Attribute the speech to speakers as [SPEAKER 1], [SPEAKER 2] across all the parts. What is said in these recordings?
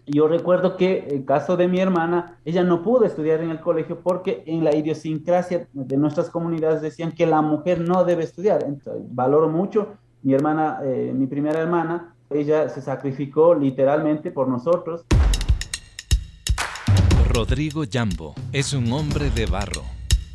[SPEAKER 1] Yo recuerdo que el caso de mi hermana, ella no pudo estudiar en el colegio porque en la idiosincrasia de nuestras comunidades decían que la mujer no debe estudiar. Entonces, valoro mucho mi hermana, mi primera hermana, ella se sacrificó literalmente por nosotros.
[SPEAKER 2] Rodrigo Yambo es un hombre de barro.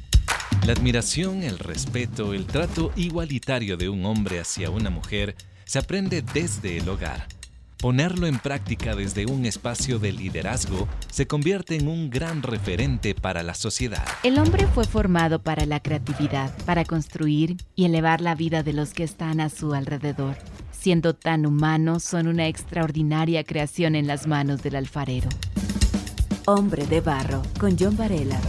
[SPEAKER 2] La admiración, el respeto, el trato igualitario de un hombre hacia una mujer se aprende desde el hogar. Ponerlo en práctica desde un espacio de liderazgo se convierte en un gran referente para la sociedad.
[SPEAKER 3] El hombre fue formado para la creatividad, para construir y elevar la vida de los que están a su alrededor. Siendo tan humanos, son una extraordinaria creación en las manos del alfarero. Hombre de Barro, con John Varela.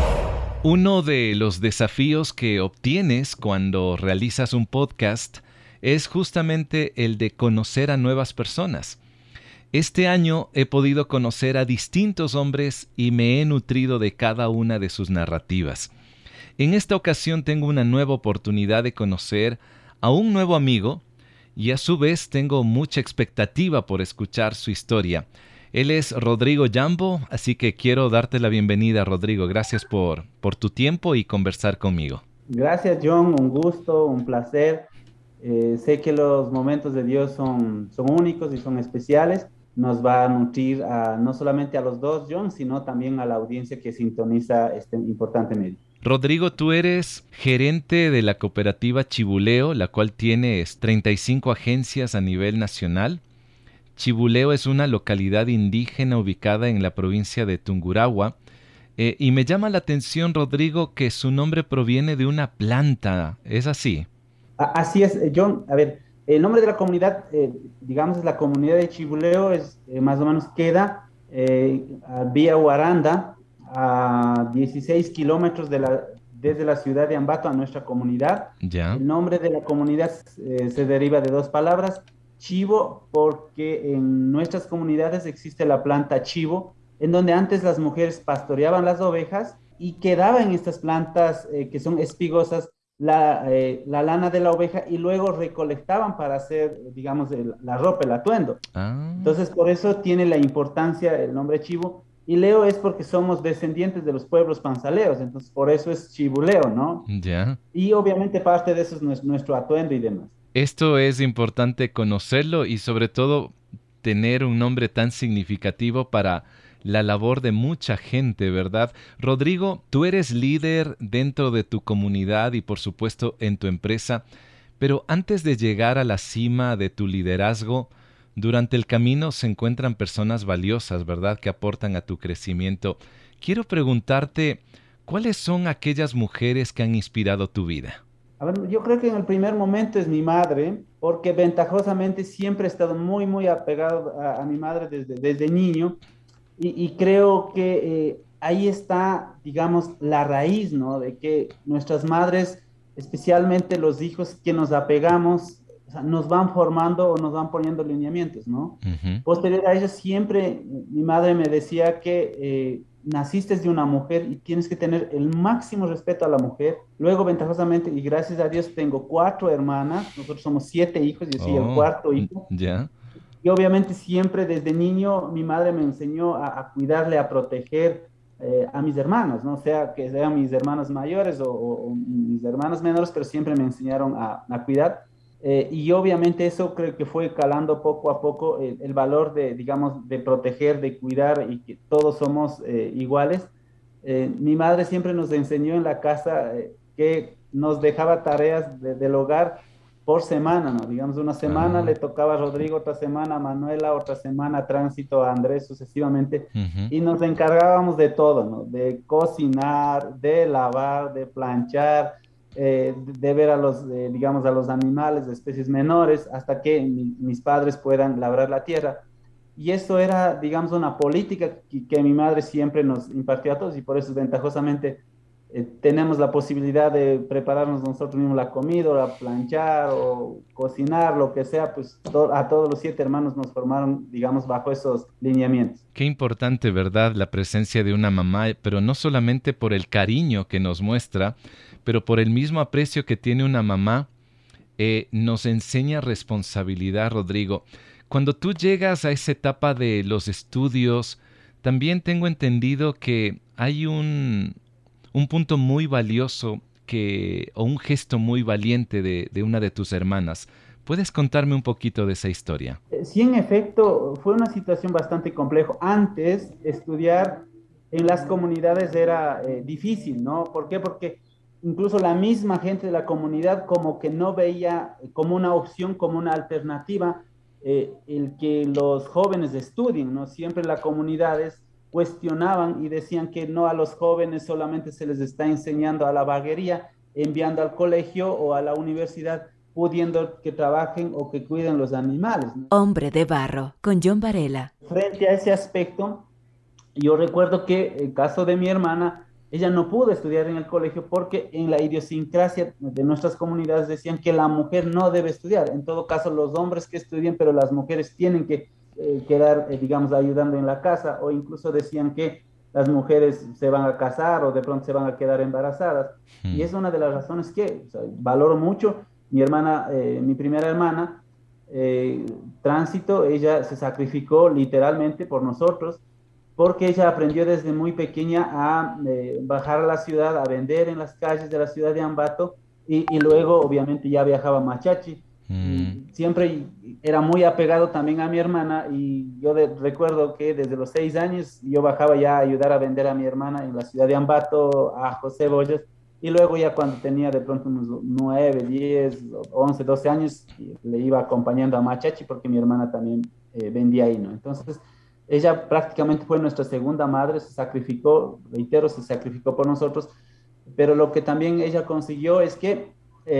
[SPEAKER 2] Uno de los desafíos que obtienes cuando realizas un podcast es justamente el de conocer a nuevas personas. Este año he podido conocer a distintos hombres y me he nutrido de cada una de sus narrativas. En esta ocasión tengo una nueva oportunidad de conocer a un nuevo amigo y a su vez tengo mucha expectativa por escuchar su historia. Él es Rodrigo Yambo, así que quiero darte la bienvenida, Rodrigo. Gracias por tu tiempo y conversar conmigo.
[SPEAKER 1] Gracias, John, un gusto, un placer. Sé que los momentos de Dios son únicos y son especiales. Nos va a nutrir no solamente a los dos, John, sino también a la audiencia que sintoniza este importante medio.
[SPEAKER 2] Rodrigo, tú eres gerente de la cooperativa Chibuleo, la cual tiene 35 agencias a nivel nacional. Chibuleo es una localidad indígena ubicada en la provincia de Tungurahua. Y me llama la atención, Rodrigo, que su nombre proviene de una planta. ¿Es así?
[SPEAKER 1] Así es, John. A ver, el nombre de la comunidad, digamos, es la comunidad de Chibuleo, más o menos queda a vía Huaranda, a 16 kilómetros desde la ciudad de Ambato a nuestra comunidad.
[SPEAKER 2] Ya.
[SPEAKER 1] El nombre de la comunidad se deriva de dos palabras, chivo, porque en nuestras comunidades existe la planta chivo, en donde antes las mujeres pastoreaban las ovejas y quedaban estas plantas que son espigosas la lana de la oveja y luego recolectaban para hacer, digamos, la ropa, el atuendo.
[SPEAKER 2] Ah,
[SPEAKER 1] Entonces, por eso tiene la importancia el nombre Chivo. Y Leo es porque somos descendientes de los pueblos panzaleos, entonces por eso es Chibuleo, ¿no?
[SPEAKER 2] ya.
[SPEAKER 1] Y obviamente parte de eso es nuestro atuendo y demás.
[SPEAKER 2] Esto es importante conocerlo y sobre todo tener un nombre tan significativo para la labor de mucha gente, ¿verdad? Rodrigo, tú eres líder dentro de tu comunidad y por supuesto en tu empresa, pero antes de llegar a la cima de tu liderazgo, durante el camino se encuentran personas valiosas, ¿verdad? Que aportan a tu crecimiento. Quiero preguntarte, ¿cuáles son aquellas mujeres que han inspirado tu vida?
[SPEAKER 1] A ver, yo creo que en el primer momento es mi madre, porque ventajosamente siempre he estado muy, muy apegado a mi madre desde niño. Y creo que ahí está, digamos, la raíz, ¿no? De que nuestras madres, especialmente los hijos que nos apegamos, o sea, nos van formando o nos van poniendo lineamientos, ¿no?
[SPEAKER 2] Ujú.
[SPEAKER 1] Posterior a ello, siempre mi madre me decía que naciste de una mujer y tienes que tener el máximo respeto a la mujer. Luego, ventajosamente, y gracias a Dios, tengo 4 hermanas, nosotros somos 7 hijos, yo soy el
[SPEAKER 2] Oh,
[SPEAKER 1] cuarto hijo.
[SPEAKER 2] ya.
[SPEAKER 1] Y obviamente siempre desde niño mi madre me enseñó a cuidarle, a proteger a mis hermanos, ¿no? O sea, que sean mis hermanos mayores o mis hermanos menores, pero siempre me enseñaron a cuidar. Y obviamente eso creo que fue calando poco a poco el valor de, digamos, de proteger, de cuidar y que todos somos iguales. Mi madre siempre nos enseñó en la casa que nos dejaba tareas del hogar por semana, ¿no? Digamos, una semana
[SPEAKER 2] Ah,
[SPEAKER 1] le tocaba a Rodrigo, otra semana a Manuela, otra semana a Tránsito, a Andrés, sucesivamente,
[SPEAKER 2] ujú.
[SPEAKER 1] y nos encargábamos de todo, ¿no? De cocinar, de lavar, de planchar, de ver a los, digamos, a los animales de especies menores, hasta que mis padres puedan labrar la tierra. Y eso era, digamos, una política que mi madre siempre nos impartió a todos, y por eso ventajosamente tenemos la posibilidad de prepararnos nosotros mismos la comida, o a planchar o cocinar, lo que sea, pues a todos los 7 hermanos nos formaron, digamos, bajo esos lineamientos.
[SPEAKER 2] Qué importante, ¿verdad? La presencia de una mamá, pero no solamente por el cariño que nos muestra, pero por el mismo aprecio que tiene una mamá, nos enseña responsabilidad, Rodrigo. Cuando tú llegas a esa etapa de los estudios, también tengo entendido que hay un punto muy valioso o un gesto muy valiente de una de tus hermanas. ¿Puedes contarme un poquito de esa historia?
[SPEAKER 1] Sí, en efecto, fue una situación bastante compleja. Antes, estudiar en las comunidades era difícil, ¿no? ¿Por qué? Porque incluso la misma gente de la comunidad como que no veía como una opción, como una alternativa, el que los jóvenes estudien, ¿no? Siempre las comunidades cuestionaban y decían que no, a los jóvenes solamente se les está enseñando a la vaguería, enviando al colegio o a la universidad, pudiendo que trabajen o que cuiden los animales, ¿no?
[SPEAKER 3] Hombre de Barro, con John Varela.
[SPEAKER 1] Frente a ese aspecto, yo recuerdo que el caso de mi hermana, ella no pudo estudiar en el colegio porque en la idiosincrasia de nuestras comunidades decían que la mujer no debe estudiar. En todo caso, los hombres que estudien, pero las mujeres tienen que quedar, digamos, ayudando en la casa, o incluso decían que las mujeres se van a casar o de pronto se van a quedar embarazadas. Y es una de las razones que, o sea, valoro mucho. Mi hermana, mi primera hermana, Tránsito, ella se sacrificó literalmente por nosotros, porque ella aprendió desde muy pequeña a bajar a la ciudad, a vender en las calles de la ciudad de Ambato, y luego obviamente ya viajaba a Machachi. Y siempre era muy apegado también a mi hermana, y yo recuerdo que desde los 6 años yo bajaba ya a ayudar a vender a mi hermana en la ciudad de Ambato, a José Bollas, y luego ya cuando tenía de pronto unos 9, 10, 11, 12 años, le iba acompañando a Machachi porque mi hermana también vendía ahí, ¿no? Entonces, ella prácticamente fue nuestra segunda madre, se sacrificó, reitero, se sacrificó por nosotros, pero lo que también ella consiguió es que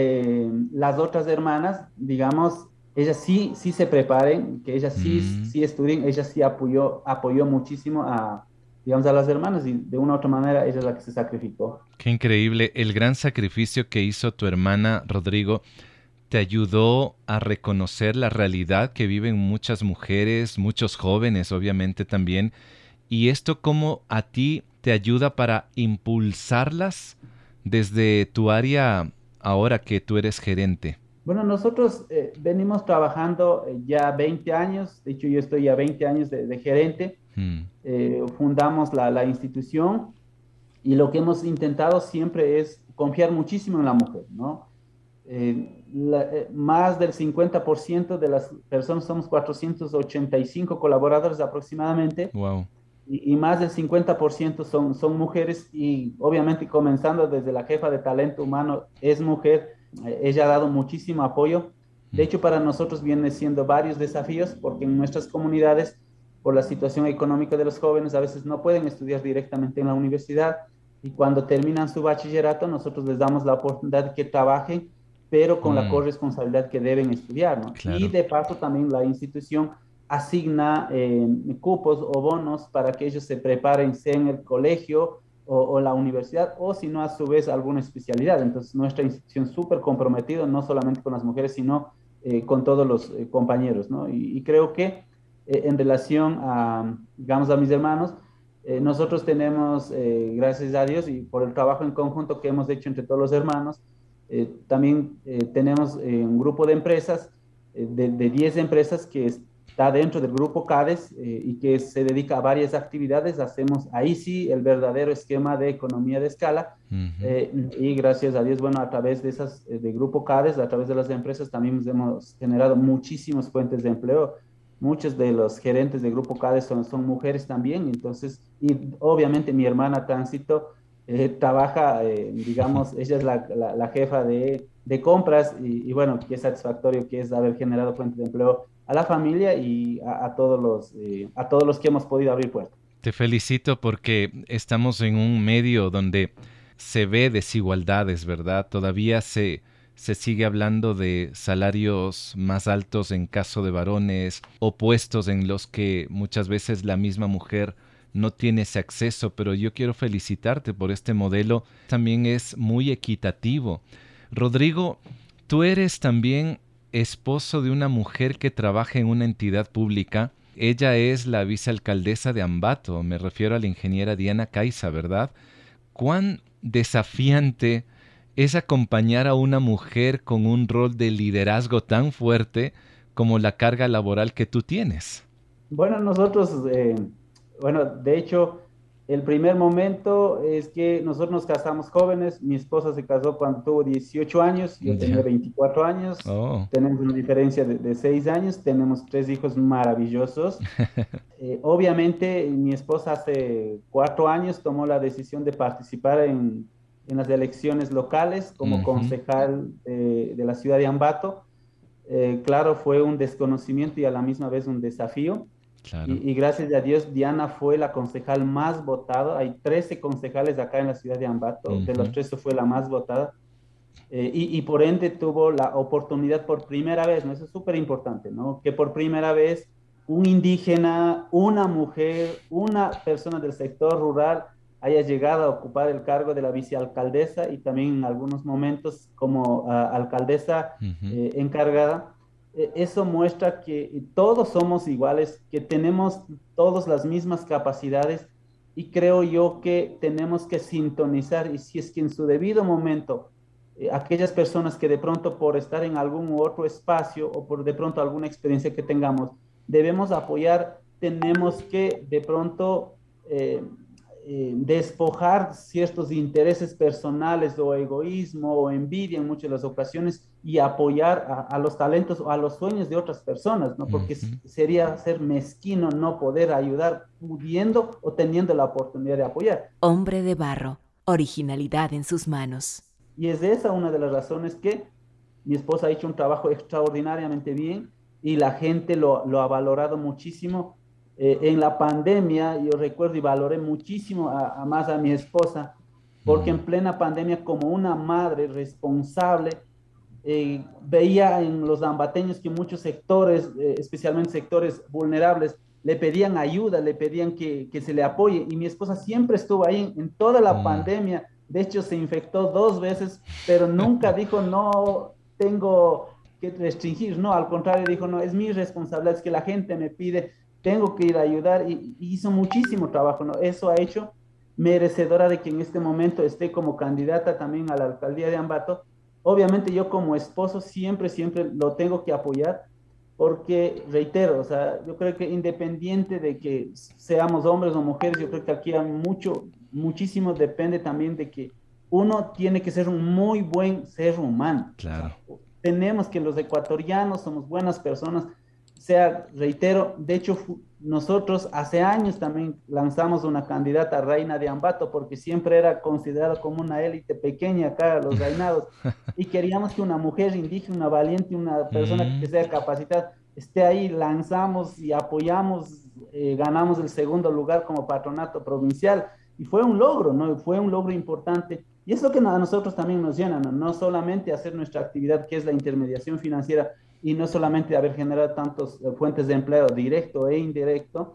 [SPEAKER 1] las otras hermanas, digamos, ellas sí se preparen, que ellas sí estudien, ella sí apoyó muchísimo digamos, a las hermanas, y de una u otra manera ella es la que se sacrificó.
[SPEAKER 2] Qué increíble. El gran sacrificio que hizo tu hermana, Rodrigo, te ayudó a reconocer la realidad que viven muchas mujeres, muchos jóvenes, obviamente también. ¿Y esto cómo a ti te ayuda para impulsarlas desde tu área ahora que tú eres gerente?
[SPEAKER 1] Bueno, nosotros venimos trabajando ya 20 años, de hecho yo estoy ya 20 años de gerente. Fundamos la institución, y lo que hemos intentado siempre es confiar muchísimo en la mujer, ¿no? Más del 50% de las personas, somos 485 colaboradores aproximadamente,
[SPEAKER 2] Wow.
[SPEAKER 1] y más del 50% son mujeres, y obviamente comenzando desde la jefa de talento humano es mujer. Ella ha dado muchísimo apoyo. De hecho, para nosotros viene siendo varios desafíos, porque en nuestras comunidades, por la situación económica de los jóvenes, a veces no pueden estudiar directamente en la universidad, y cuando terminan su bachillerato nosotros les damos la oportunidad de que trabajen, pero con la corresponsabilidad que deben estudiar, ¿no?
[SPEAKER 2] Claro.
[SPEAKER 1] Y de paso también la institución asigna cupos o bonos para que ellos se preparen, sea en el colegio o la universidad, o si no, a su vez, alguna especialidad. Entonces, nuestra institución súper comprometida, no solamente con las mujeres, sino con todos los compañeros, ¿no? Y creo que en relación a, digamos, a mis hermanos, nosotros tenemos, gracias a Dios y por el trabajo en conjunto que hemos hecho entre todos los hermanos, también tenemos un grupo de empresas, de 10 empresas que está dentro del grupo CADES, y que se dedica a varias actividades. Hacemos ahí sí el verdadero esquema de economía de escala. Y gracias a Dios, bueno, a través de esas, de grupo CADES, a través de las empresas, también hemos generado muchísimas fuentes de empleo. Muchos de los gerentes de Grupo CADES son mujeres también, entonces, y obviamente mi hermana Tránsito trabaja, digamos, ella es la jefa de compras, y bueno, qué satisfactorio que es haber generado fuentes de empleo a la familia y a todos los que hemos podido abrir puertas.
[SPEAKER 2] Te felicito porque estamos en un medio donde se ve desigualdades, ¿verdad? Todavía se sigue hablando de salarios más altos en caso de varones, o puestos en los que muchas veces la misma mujer no tiene ese acceso, pero yo quiero felicitarte por este modelo. También es muy equitativo. Rodrigo, tú eres también esposo de una mujer que trabaja en una entidad pública. Ella es la vicealcaldesa de Ambato, me refiero a la ingeniera Diana Caiza, ¿verdad? ¿Cuán desafiante es acompañar a una mujer con un rol de liderazgo tan fuerte como la carga laboral que tú tienes?
[SPEAKER 1] Bueno, nosotros, de hecho, el primer momento es que nosotros nos casamos jóvenes. Mi esposa se casó cuando tuvo 18 años, yo tenía
[SPEAKER 2] Ya.
[SPEAKER 1] 24 años,
[SPEAKER 2] Oh.
[SPEAKER 1] tenemos una diferencia de 6 años, tenemos 3 hijos maravillosos. Obviamente, mi esposa hace 4 años tomó la decisión de participar en las elecciones locales como
[SPEAKER 2] Ujú.
[SPEAKER 1] concejal de la ciudad de Ambato. Claro, fue un desconocimiento y a la misma vez un desafío.
[SPEAKER 2] Claro.
[SPEAKER 1] Y gracias a Dios, Diana fue la concejal más votada. Hay 13 concejales acá en la ciudad de Ambato. De los
[SPEAKER 2] Ujú.
[SPEAKER 1] 13 fue la más votada. Y por ende tuvo la oportunidad por primera vez, ¿no? Eso es súper importante, ¿no? Que por primera vez un indígena, una mujer, una persona del sector rural haya llegado a ocupar el cargo de la vicealcaldesa y también en algunos momentos como alcaldesa
[SPEAKER 2] Ujú.
[SPEAKER 1] encargada. Eso muestra que todos somos iguales, que tenemos todas las mismas capacidades y creo yo que tenemos que sintonizar y si es que en su debido momento aquellas personas que de pronto por estar en algún otro espacio o por de pronto alguna experiencia que tengamos, debemos apoyar, tenemos que de pronto despojar ciertos intereses personales o egoísmo o envidia en muchas de las ocasiones y apoyar a los talentos o a los sueños de otras personas, ¿no? Porque
[SPEAKER 2] Ujú.
[SPEAKER 1] sería ser mezquino no poder ayudar pudiendo o teniendo la oportunidad de apoyar.
[SPEAKER 3] Hombre de barro, originalidad en sus manos.
[SPEAKER 1] Y es esa una de las razones que mi esposa ha hecho un trabajo extraordinariamente bien y la gente lo ha valorado muchísimo. En la pandemia, yo recuerdo y valoré muchísimo más a mi esposa, porque
[SPEAKER 2] Mm.
[SPEAKER 1] en plena pandemia, como una madre responsable, veía en los ambateños que muchos sectores, especialmente sectores vulnerables, le pedían ayuda, le pedían que se le apoye. Y mi esposa siempre estuvo ahí en toda la
[SPEAKER 2] Mm.
[SPEAKER 1] pandemia. De hecho, se infectó 2 veces, pero nunca dijo, no tengo que restringir. No, al contrario, dijo, no, es mi responsabilidad, es que la gente me pide, tengo que ir a ayudar. Y hizo muchísimo trabajo, ¿no? Eso ha hecho merecedora de que en este momento esté como candidata también a la alcaldía de Ambato. Obviamente yo como esposo siempre, siempre lo tengo que apoyar porque, reitero, o sea, yo creo que independiente de que seamos hombres o mujeres, yo creo que aquí hay muchísimo depende también de que uno tiene que ser un muy buen ser humano. O
[SPEAKER 2] Claro.
[SPEAKER 1] sea, tenemos que los ecuatorianos somos buenas personas, o sea, reitero, de hecho, nosotros hace años también lanzamos una candidata a reina de Ambato porque siempre era considerada como una élite pequeña acá, los reinados, y queríamos que una mujer indígena, una valiente, una persona que
[SPEAKER 2] Mm.
[SPEAKER 1] sea capacitada, esté ahí, lanzamos y apoyamos, ganamos el segundo lugar como patronato provincial, y fue un logro, ¿no? Fue un logro importante. Y es lo que a nosotros también nos llena, ¿no? No solamente hacer nuestra actividad, que es la intermediación financiera, y no solamente haber generado tantas fuentes de empleo directo e indirecto,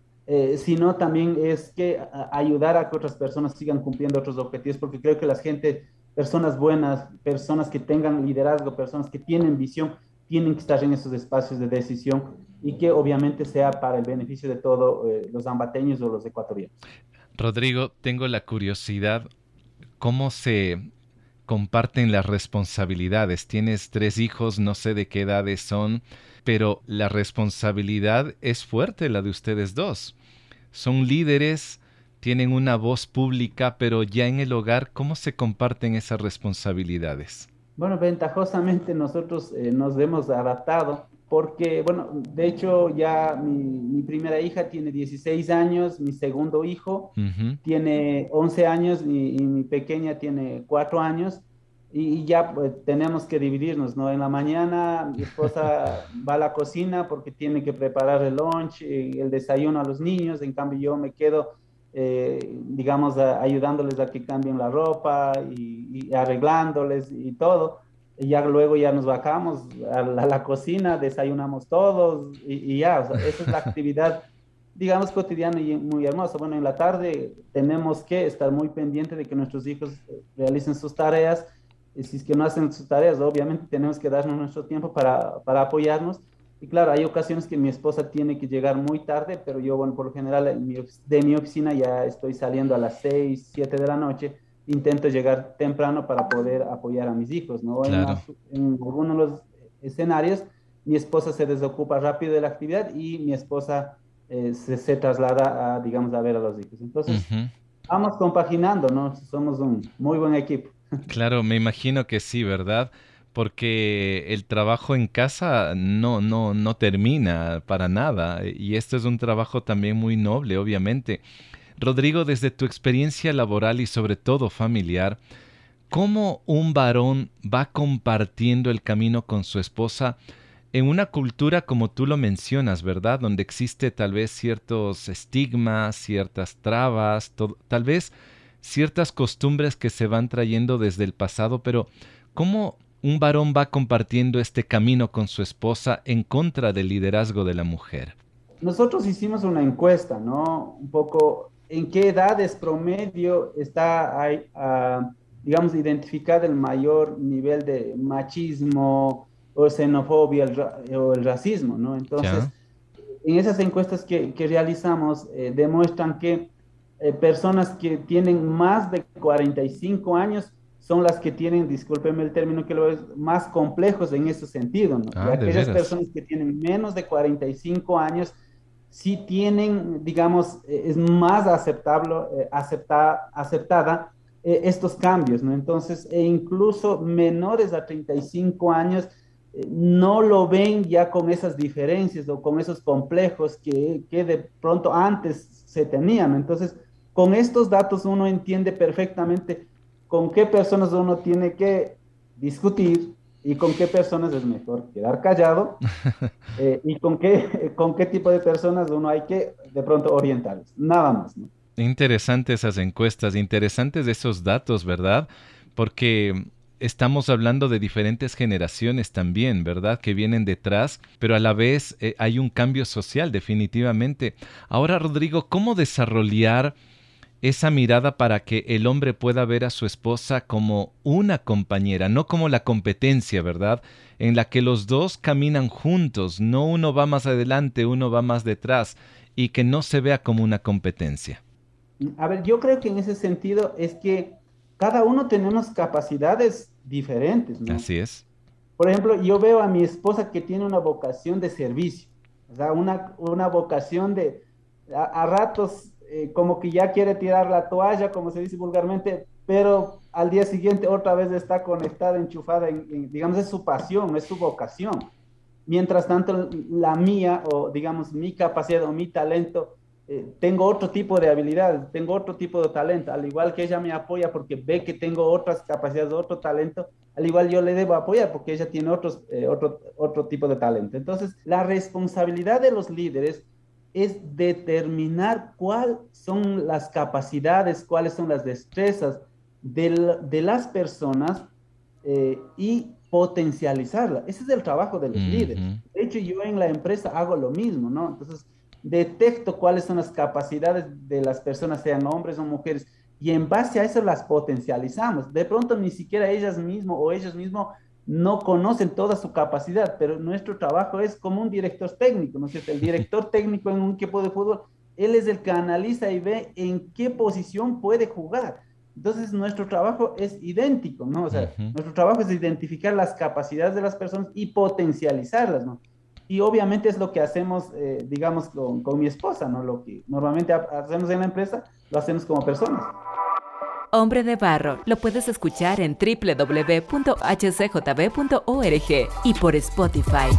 [SPEAKER 1] sino también es que ayudar a que otras personas sigan cumpliendo otros objetivos, porque creo que la gente, personas buenas, personas que tengan liderazgo, personas que tienen visión, tienen que estar en esos espacios de decisión y que obviamente sea para el beneficio de todos los ambateños o los ecuatorianos.
[SPEAKER 2] Rodrigo, tengo la curiosidad, ¿cómo se comparten las responsabilidades? Tienes 3 hijos, no sé de qué edades son, pero la responsabilidad es fuerte, la de ustedes dos. Son líderes, tienen una voz pública, pero ya en el hogar, ¿cómo se comparten esas responsabilidades?
[SPEAKER 1] Bueno, ventajosamente nosotros nos hemos adaptado porque, bueno, de hecho ya mi primera hija tiene 16 años, mi segundo hijo
[SPEAKER 2] Ujú.
[SPEAKER 1] tiene 11 años y mi pequeña tiene 4 años y ya pues, tenemos que dividirnos, ¿no? En la mañana mi esposa va a la cocina porque tiene que preparar el lunch, el desayuno a los niños, en cambio yo me quedo digamos, ayudándoles a que cambien la ropa y arreglándoles y todo. Y ya luego ya nos bajamos a la cocina, desayunamos todos y ya, o sea, esa es la actividad, digamos, cotidiana y muy hermosa. Bueno, en la tarde tenemos que estar muy pendientes de que nuestros hijos realicen sus tareas. Y si es que no hacen sus tareas, obviamente tenemos que darnos nuestro tiempo para apoyarnos y claro, hay ocasiones que mi esposa tiene que llegar muy tarde, pero yo, bueno, por lo general de mi oficina ya estoy saliendo a las 6, 7 de la noche. Intento llegar temprano para poder apoyar a mis hijos, ¿no?
[SPEAKER 2] Claro.
[SPEAKER 1] En algunos de los escenarios mi esposa se desocupa rápido de la actividad y mi esposa se traslada a, digamos, a ver a los hijos. Entonces,
[SPEAKER 2] Ujú.
[SPEAKER 1] vamos compaginando, ¿no? Somos un muy buen equipo.
[SPEAKER 2] Claro, me imagino que sí, ¿verdad? Porque el trabajo en casa no termina para nada. Y esto es un trabajo también muy noble, obviamente. Rodrigo, desde tu experiencia laboral y sobre todo familiar, ¿cómo un varón va compartiendo el camino con su esposa en una cultura como tú lo mencionas, ¿verdad? Donde existe tal vez ciertos estigmas, ciertas trabas, tal vez ciertas costumbres que se van trayendo desde el pasado, pero ¿cómo un varón va compartiendo este camino con su esposa en contra del liderazgo de la mujer?
[SPEAKER 1] Nosotros hicimos una encuesta, ¿no? Un poco en qué edades promedio está, digamos, identificado el mayor nivel de machismo o xenofobia o el racismo, ¿no?
[SPEAKER 2] ¿Ya?
[SPEAKER 1] Entonces, en esas encuestas que realizamos, demuestran que personas que tienen más de 45 años son las que tienen, discúlpeme el término que lo es, más complejos en ese sentido, ¿no? Y
[SPEAKER 2] Ah, de
[SPEAKER 1] aquellas
[SPEAKER 2] veras.
[SPEAKER 1] personas que tienen menos de 45 años sí tienen, digamos, es más aceptable, aceptada estos cambios, ¿no? Entonces, e incluso menores a 35 años no lo ven ya con esas diferencias o con esos complejos que de pronto antes se tenían, ¿no? Entonces, con estos datos uno entiende perfectamente con qué personas uno tiene que discutir y con qué personas es mejor quedar callado y con qué tipo de personas uno hay que de pronto orientarlos. Nada más, ¿no?
[SPEAKER 2] Interesantes esas encuestas, interesantes esos datos, ¿verdad? Porque estamos hablando de diferentes generaciones también, ¿verdad? Que vienen detrás, pero a la vez hay un cambio social definitivamente. Ahora, Rodrigo, ¿cómo desarrollar esa mirada para que el hombre pueda ver a su esposa como una compañera, no como la competencia, ¿verdad? En la que los dos caminan juntos, no uno va más adelante, uno va más detrás, y que no se vea como una competencia.
[SPEAKER 1] A ver, yo creo que en ese sentido es que cada uno tenemos capacidades diferentes, ¿no?
[SPEAKER 2] Así es.
[SPEAKER 1] Por ejemplo, yo veo a mi esposa que tiene una vocación de servicio, o sea, una vocación de, a ratos, como que ya quiere tirar la toalla, como se dice vulgarmente, pero al día siguiente otra vez está conectada, enchufada, digamos, es su pasión, es su vocación. Mientras tanto, la mía, o digamos, mi capacidad o mi talento, tengo otro tipo de habilidades, tengo otro tipo de talento, al igual que ella me apoya porque ve que tengo otras capacidades, otro talento, al igual yo le debo apoyar porque ella tiene otro tipo de talento. Entonces, la responsabilidad de los líderes es determinar cuáles son las capacidades, cuáles son las destrezas de las personas y potencializarla. Ese es el trabajo de los líderes.
[SPEAKER 2] Ujú.
[SPEAKER 1] De hecho, yo en la empresa hago lo mismo, ¿no? Entonces, detecto cuáles son las capacidades de las personas, sean hombres o mujeres, y en base a eso las potencializamos. De pronto ni siquiera ellas mismas o ellos mismos no conocen toda su capacidad, pero nuestro trabajo es como un director técnico, ¿no es cierto? El director técnico en un equipo de fútbol, él es el que analiza y ve en qué posición puede jugar. Entonces, nuestro trabajo es idéntico, ¿no? O sea,
[SPEAKER 2] Ujú.
[SPEAKER 1] nuestro trabajo es identificar las capacidades de las personas y potencializarlas, ¿no? Y obviamente es lo que hacemos, digamos, con mi esposa, ¿no? Lo que normalmente hacemos en la empresa, lo hacemos como personas.
[SPEAKER 3] Hombre de Barro lo puedes escuchar en www.hcjb.org y por Spotify.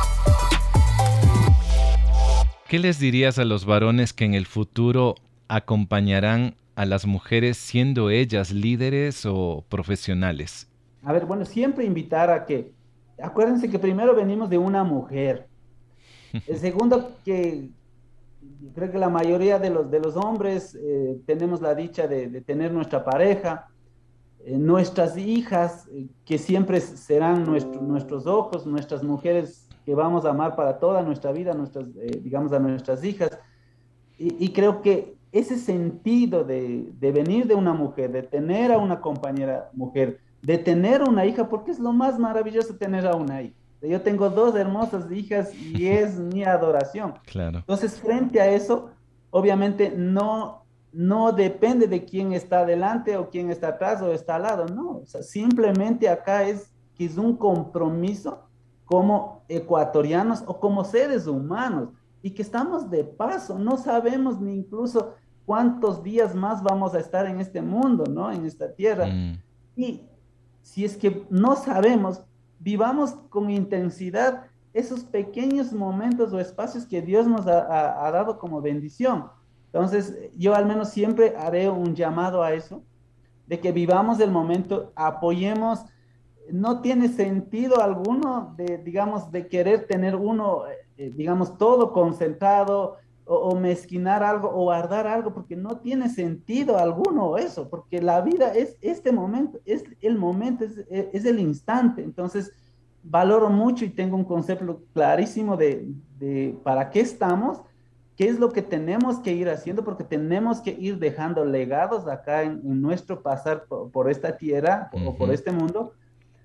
[SPEAKER 2] ¿Qué les dirías a los varones que en el futuro acompañarán a las mujeres siendo ellas líderes o profesionales?
[SPEAKER 1] A ver, bueno, siempre invitar a que, acuérdense que primero venimos de una mujer. El segundo, que creo que la mayoría de los hombres tenemos la dicha de tener nuestra pareja, nuestras hijas, que siempre serán nuestros ojos, nuestras mujeres que vamos a amar para toda nuestra vida, digamos, a nuestras hijas. Y creo que ese sentido de venir de una mujer, de tener a una compañera mujer, de tener una hija, porque es lo más maravilloso tener a una hija. Yo tengo dos hermosas hijas y es mi adoración.
[SPEAKER 2] Claro.
[SPEAKER 1] Entonces, frente a eso, obviamente no depende de quién está adelante o quién está atrás o está al lado, no. O sea, simplemente acá es que es un compromiso como ecuatorianos o como seres humanos y que estamos de paso, no sabemos ni incluso cuántos días más vamos a estar en este mundo, ¿no? En esta tierra.
[SPEAKER 2] Mm,
[SPEAKER 1] Y si es que no sabemos, vivamos con intensidad esos pequeños momentos o espacios que Dios nos ha dado como bendición. Entonces, yo al menos siempre haré un llamado a eso, de que vivamos el momento, apoyemos. No tiene sentido alguno de, digamos, de querer tener uno, digamos, todo concentrado o mezquinar algo o guardar algo, porque no tiene sentido alguno eso, porque la vida es este momento, es el momento, es el instante. Entonces, valoro mucho y tengo un concepto clarísimo de para qué estamos, qué es lo que tenemos que ir haciendo, porque tenemos que ir dejando legados acá en nuestro pasar por esta tierra o por
[SPEAKER 2] ujú.
[SPEAKER 1] este mundo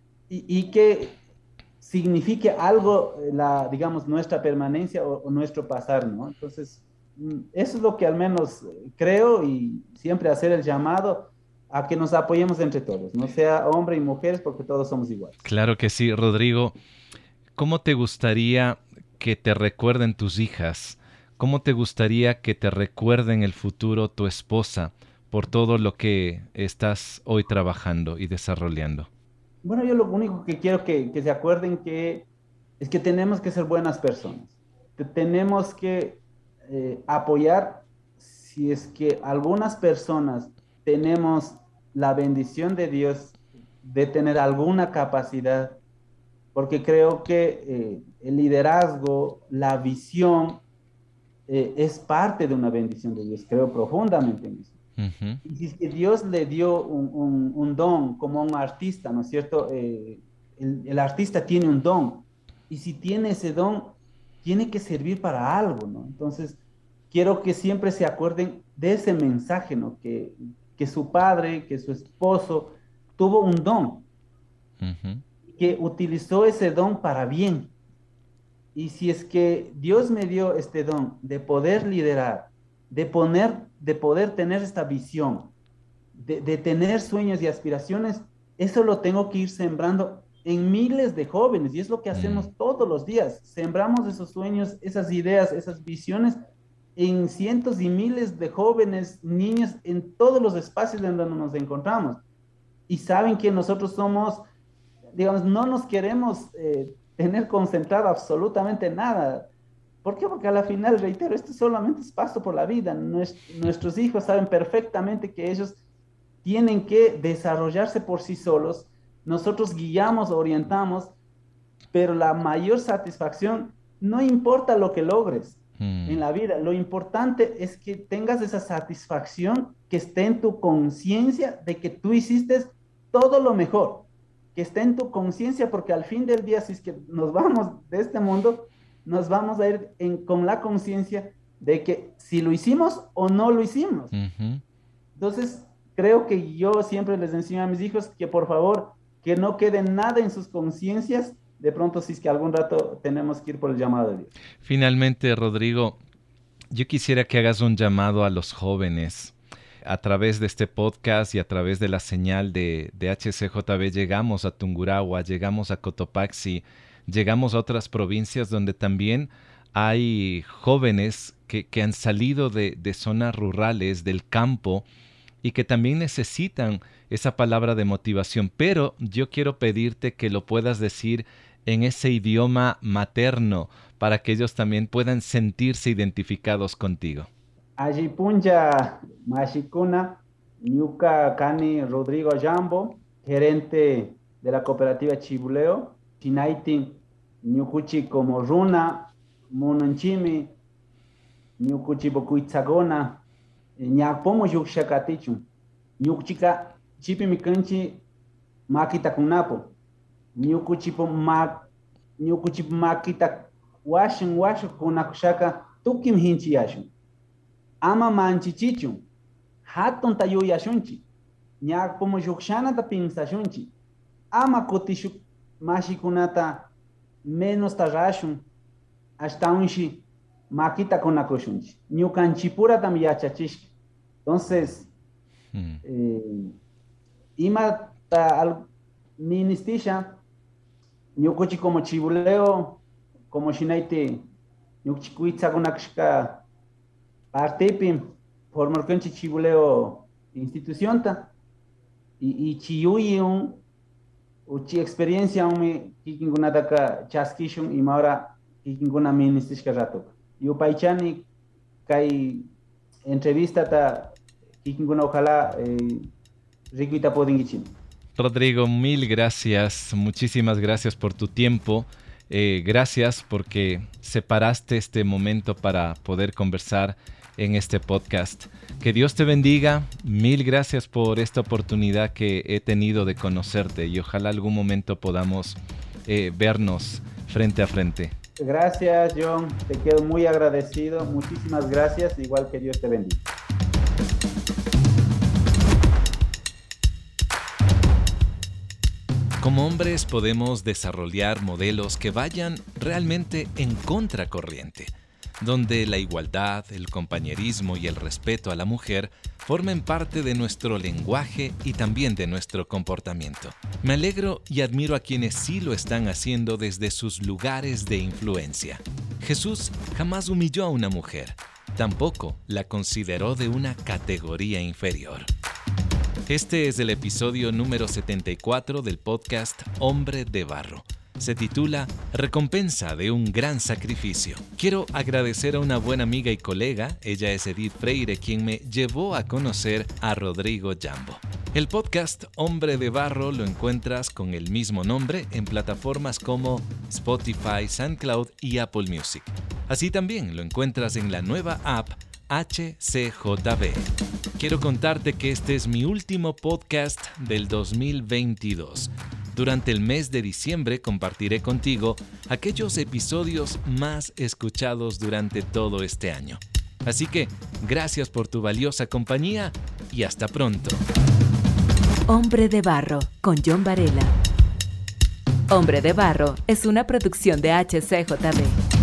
[SPEAKER 1] y que signifique algo, digamos, nuestra permanencia o nuestro pasar, ¿no? Entonces, eso es lo que al menos creo y siempre hacer el llamado a que nos apoyemos entre todos, no sea hombre y mujeres, porque todos somos iguales.
[SPEAKER 2] Claro que sí, Rodrigo. ¿Cómo te gustaría que te recuerden tus hijas? ¿Cómo te gustaría que te recuerde en el futuro tu esposa por todo lo que estás hoy trabajando y desarrollando?
[SPEAKER 1] Bueno, yo lo único que quiero que se acuerden que es que tenemos que ser buenas personas, que tenemos que apoyar si es que algunas personas tenemos la bendición de Dios de tener alguna capacidad, porque creo que el liderazgo, la visión, es parte de una bendición de Dios, creo profundamente en eso.
[SPEAKER 2] Ujú,
[SPEAKER 1] Y si es que Dios le dio un don como a un artista, ¿no es cierto? El artista tiene un don y si tiene ese don, tiene que servir para algo, ¿no? Entonces, quiero que siempre se acuerden de ese mensaje, ¿no? Que su padre, que su esposo tuvo un don,
[SPEAKER 2] ujú,
[SPEAKER 1] que utilizó ese don para bien. Y si es que Dios me dio este don de poder liderar, de poder tener esta visión, de tener sueños y aspiraciones, eso lo tengo que ir sembrando en miles de jóvenes y es lo que
[SPEAKER 2] mm,
[SPEAKER 1] hacemos todos los días. Sembramos esos sueños, esas ideas, esas visiones en cientos y miles de jóvenes, niños, en todos los espacios en donde nos encontramos. Y saben que nosotros somos, digamos, no nos queremos tener concentrado absolutamente nada. ¿Por qué? Porque a la final, reitero, esto solamente es paso por la vida. Nuestros hijos saben perfectamente que ellos tienen que desarrollarse por sí solos. Nosotros guiamos, orientamos, pero la mayor satisfacción no importa lo que logres en
[SPEAKER 2] mm,
[SPEAKER 1] la vida, lo importante es que tengas esa satisfacción que esté en tu conciencia de que tú hiciste todo lo mejor, que esté en tu conciencia, porque al fin del día, si es que nos vamos de este mundo, nos vamos a ir con la conciencia de que si lo hicimos o no lo hicimos.
[SPEAKER 2] ujú.
[SPEAKER 1] Entonces, creo que yo siempre les enseño a mis hijos que por favor, que no quede nada en sus conciencias, de pronto si es que algún rato tenemos que ir por el llamado de Dios.
[SPEAKER 2] Finalmente, Rodrigo, yo quisiera que hagas un llamado a los jóvenes. A través de este podcast y a través de la señal de HCJB llegamos a Tungurahua, llegamos a Cotopaxi, llegamos a otras provincias donde también hay jóvenes que han salido de zonas rurales, del campo, y que también necesitan esa palabra de motivación. Pero yo quiero pedirte que lo puedas decir en ese idioma materno para que ellos también puedan sentirse identificados contigo.
[SPEAKER 1] Allí punja Mashikuna, Ñuka Cani Rodrigo Jambo, gerente de la cooperativa Chibuleo, Chinaiti, Ñukuchi como Runa, Mononchimi, Ñukuchi Bokuitzagona, Ñakpomo Yuxacatichu, Ñukchika Chipi Mikanchi Makita Kunapo, Ñukuchipo Mak, Ñukuchipo Makita Washin Kunakushaka, Tukim Hinchi Yashun. Ama manchichichun, hatun tayu yashunchi, ñak como yukshanata pinsashunchi, ama kotishuk mashikunata menos tarashun, hasta unshi makita konakoshunchi, ñukanchipura tam yachachishki. Entonces,
[SPEAKER 2] Mm,
[SPEAKER 1] ima ta al ministisha ñukuchi como chibuleo, como shinaite, ñukuchi kuitza kunakshka partipim, formarkanchi chibuleo institución ta, y chiyuyi uchi experiencia me kikinguna daka chaskishun y ahora kikinguna ministishka rato. Yo paichani kai entrevista ta kikinguna ojalá rikuita podingichin.
[SPEAKER 2] Rodrigo, mil gracias, muchísimas gracias por tu tiempo. Gracias porque separaste este momento para poder conversar en este podcast. Que Dios te bendiga. Mil gracias por esta oportunidad que he tenido de conocerte y ojalá algún momento podamos vernos frente a frente.
[SPEAKER 1] Gracias, John. Te quedo muy agradecido. Muchísimas gracias. Igual que Dios te bendiga.
[SPEAKER 2] Como hombres podemos desarrollar modelos que vayan realmente en contracorriente, donde la igualdad, el compañerismo y el respeto a la mujer formen parte de nuestro lenguaje y también de nuestro comportamiento. Me alegro y admiro a quienes sí lo están haciendo desde sus lugares de influencia. Jesús jamás humilló a una mujer, tampoco la consideró de una categoría inferior. Este es el episodio número 74 del podcast Hombre de Barro. Se titula Recompensa de un gran sacrificio. Quiero agradecer a una buena amiga y colega, ella es Edith Freire, quien me llevó a conocer a Rodrigo Jambo. El podcast Hombre de Barro lo encuentras con el mismo nombre en plataformas como Spotify, SoundCloud y Apple Music. Así también lo encuentras en la nueva app HCJB. Quiero contarte que este es mi último podcast del 2022. Durante el mes de diciembre compartiré contigo aquellos episodios más escuchados durante todo este año. Así que, gracias por tu valiosa compañía y hasta pronto.
[SPEAKER 3] Hombre de Barro, con John Varela. Hombre de Barro es una producción de HCJB.